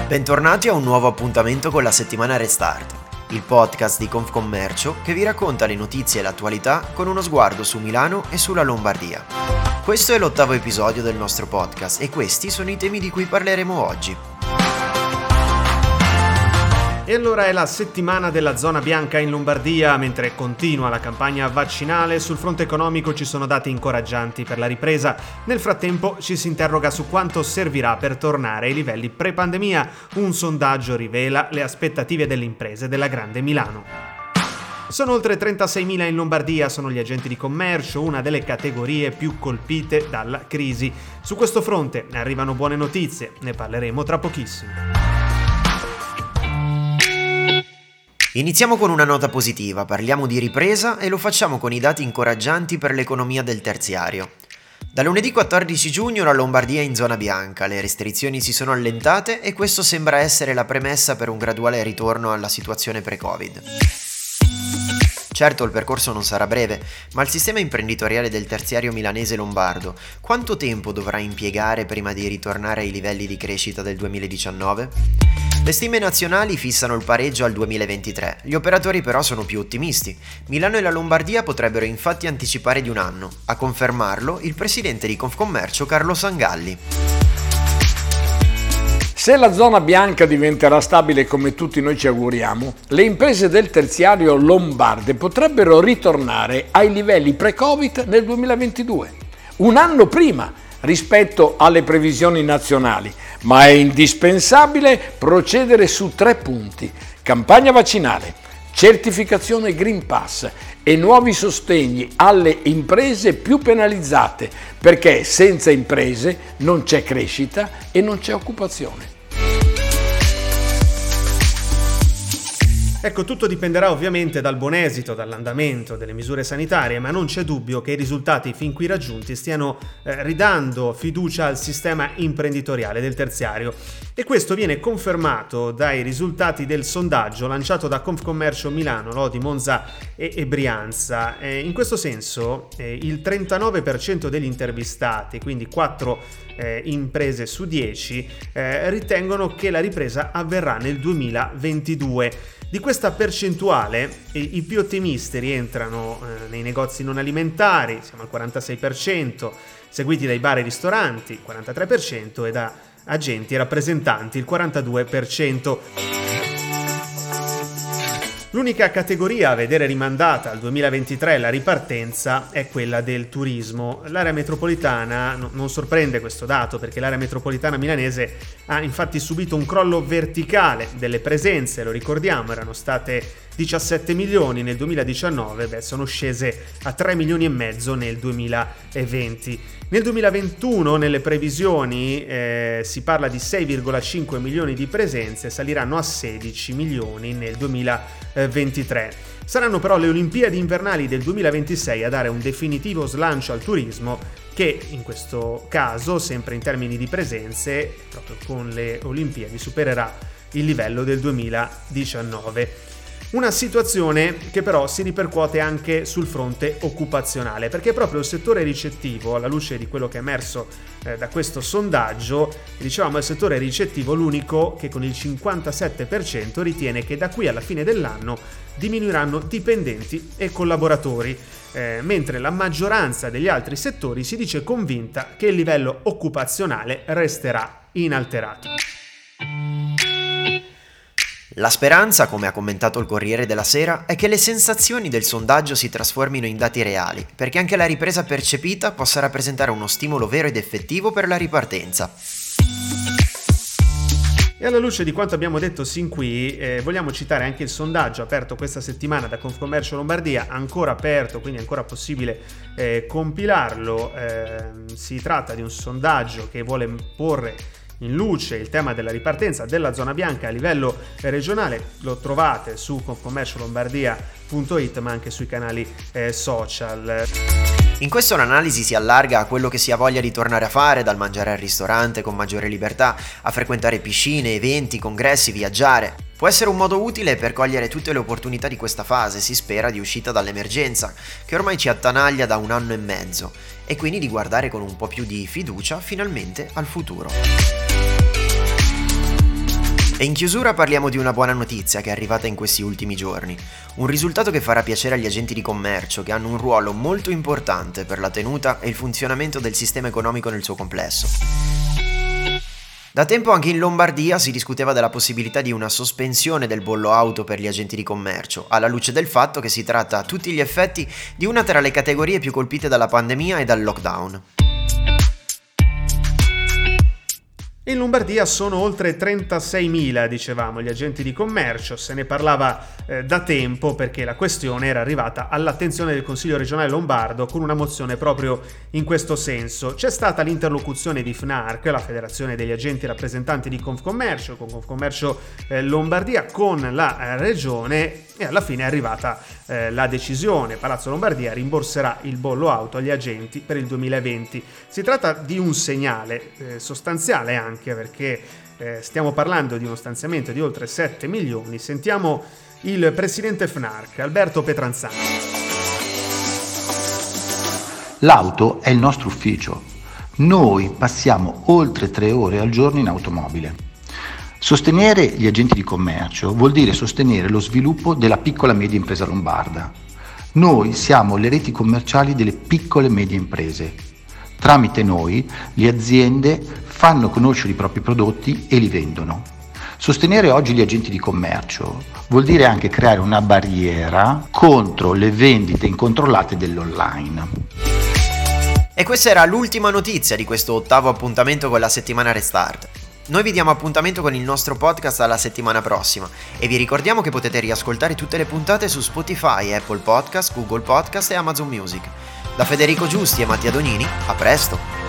Bentornati a un nuovo appuntamento con la settimana Restart, il podcast di Confcommercio che vi racconta le notizie e l'attualità con uno sguardo su Milano e sulla Lombardia. Questo è l'8º episodio del nostro podcast e questi sono i temi di cui parleremo oggi. E allora è la settimana della zona bianca in Lombardia, mentre continua la campagna vaccinale. Sul fronte economico ci sono dati incoraggianti per la ripresa. Nel frattempo ci si interroga su quanto servirà per tornare ai livelli pre-pandemia. Un sondaggio rivela le aspettative delle imprese della Grande Milano. Sono oltre 36.000 in Lombardia, sono gli agenti di commercio, una delle categorie più colpite dalla crisi. Su questo fronte arrivano buone notizie, ne parleremo tra pochissimo. Iniziamo con una nota positiva, parliamo di ripresa e lo facciamo con i dati incoraggianti per l'economia del terziario. Da lunedì 14 giugno la Lombardia è in zona bianca, le restrizioni si sono allentate e questo sembra essere la premessa per un graduale ritorno alla situazione pre-Covid. Certo, il percorso non sarà breve, ma il sistema imprenditoriale del terziario milanese lombardo quanto tempo dovrà impiegare prima di ritornare ai livelli di crescita del 2019? Le stime nazionali fissano il pareggio al 2023, gli operatori però sono più ottimisti. Milano e la Lombardia potrebbero infatti anticipare di un anno. A confermarlo il presidente di Confcommercio Carlo Sangalli. Se la zona bianca diventerà stabile come tutti noi ci auguriamo, le imprese del terziario lombarde potrebbero ritornare ai livelli pre-Covid nel 2022, un anno prima rispetto alle previsioni nazionali, ma è indispensabile procedere su 3 punti: campagna vaccinale, certificazione Green Pass e nuovi sostegni alle imprese più penalizzate, perché senza imprese non c'è crescita e non c'è occupazione. Ecco, tutto dipenderà ovviamente dal buon esito, dall'andamento delle misure sanitarie, ma non c'è dubbio che i risultati fin qui raggiunti stiano ridando fiducia al sistema imprenditoriale del terziario. E questo viene confermato dai risultati del sondaggio lanciato da Confcommercio Milano, Lodi, Monza e Brianza. In questo senso il 39% degli intervistati, quindi 4 imprese su 10, ritengono che la ripresa avverrà nel 2022. Di questa percentuale i più ottimisti rientrano nei negozi non alimentari, siamo al 46%, seguiti dai bar e ristoranti, 43%, e da agenti e rappresentanti, il 42%. L'unica categoria a vedere rimandata al 2023 la ripartenza è quella del turismo. L'area metropolitana, non sorprende questo dato perché l'area metropolitana milanese ha infatti subito un crollo verticale delle presenze, lo ricordiamo, erano state 17 milioni nel 2019, sono scese a 3 milioni e mezzo nel 2020. Nel 2021 nelle previsioni si parla di 6,5 milioni di presenze, saliranno a 16 milioni nel 2023. Saranno però le Olimpiadi invernali del 2026 a dare un definitivo slancio al turismo che in questo caso, sempre in termini di presenze, proprio con le Olimpiadi supererà il livello del 2019. Una situazione che però si ripercuote anche sul fronte occupazionale, perché proprio il settore ricettivo, alla luce di quello che è emerso da questo sondaggio, dicevamo, il settore ricettivo l'unico che con il 57% ritiene che da qui alla fine dell'anno diminuiranno dipendenti e collaboratori, mentre la maggioranza degli altri settori si dice convinta che il livello occupazionale resterà inalterato. La speranza, come ha commentato il Corriere della Sera, è che le sensazioni del sondaggio si trasformino in dati reali, perché anche la ripresa percepita possa rappresentare uno stimolo vero ed effettivo per la ripartenza. E alla luce di quanto abbiamo detto sin qui, vogliamo citare anche il sondaggio aperto questa settimana da Confcommercio Lombardia, ancora aperto, quindi ancora possibile compilarlo. Si tratta di un sondaggio che vuole porre in luce il tema della ripartenza della zona bianca a livello regionale. Lo trovate su confcommerciolombardia.it ma anche sui canali social. In questo l'analisi si allarga a quello che si ha voglia di tornare a fare, dal mangiare al ristorante con maggiore libertà, a frequentare piscine, eventi, congressi, viaggiare. Può essere un modo utile per cogliere tutte le opportunità di questa fase, si spera, di uscita dall'emergenza, che ormai ci attanaglia da 1 anno e mezzo, e quindi di guardare con un po' più di fiducia finalmente al futuro. E in chiusura parliamo di una buona notizia che è arrivata in questi ultimi giorni, un risultato che farà piacere agli agenti di commercio che hanno un ruolo molto importante per la tenuta e il funzionamento del sistema economico nel suo complesso. Da tempo anche in Lombardia si discuteva della possibilità di una sospensione del bollo auto per gli agenti di commercio, alla luce del fatto che si tratta a tutti gli effetti di una tra le categorie più colpite dalla pandemia e dal lockdown. In Lombardia sono oltre 36.000, dicevamo, gli agenti di commercio. Se ne parlava da tempo perché la questione era arrivata all'attenzione del Consiglio regionale lombardo con una mozione proprio in questo senso. C'è stata l'interlocuzione di FNARC, la Federazione degli Agenti Rappresentanti di Confcommercio, con Confcommercio Lombardia, con la regione, e alla fine è arrivata la decisione. Palazzo Lombardia rimborserà il bollo auto agli agenti per il 2020. Si tratta di un segnale sostanziale anche perché stiamo parlando di uno stanziamento di oltre 7 milioni. Sentiamo il presidente FNARC, Alberto Petranzani. L'auto è il nostro ufficio. Noi passiamo oltre 3 ore al giorno in automobile. Sostenere gli agenti di commercio vuol dire sostenere lo sviluppo della piccola e media impresa lombarda. Noi siamo le reti commerciali delle piccole e medie imprese. Tramite noi le aziende fanno conoscere i propri prodotti e li vendono. Sostenere oggi gli agenti di commercio vuol dire anche creare una barriera contro le vendite incontrollate dell'online. E questa era l'ultima notizia di questo 8º appuntamento con la settimana Restart. Noi vi diamo appuntamento con il nostro podcast alla settimana prossima e vi ricordiamo che potete riascoltare tutte le puntate su Spotify, Apple Podcast, Google Podcast e Amazon Music. Da Federico Giusti e Mattia Donini, a presto!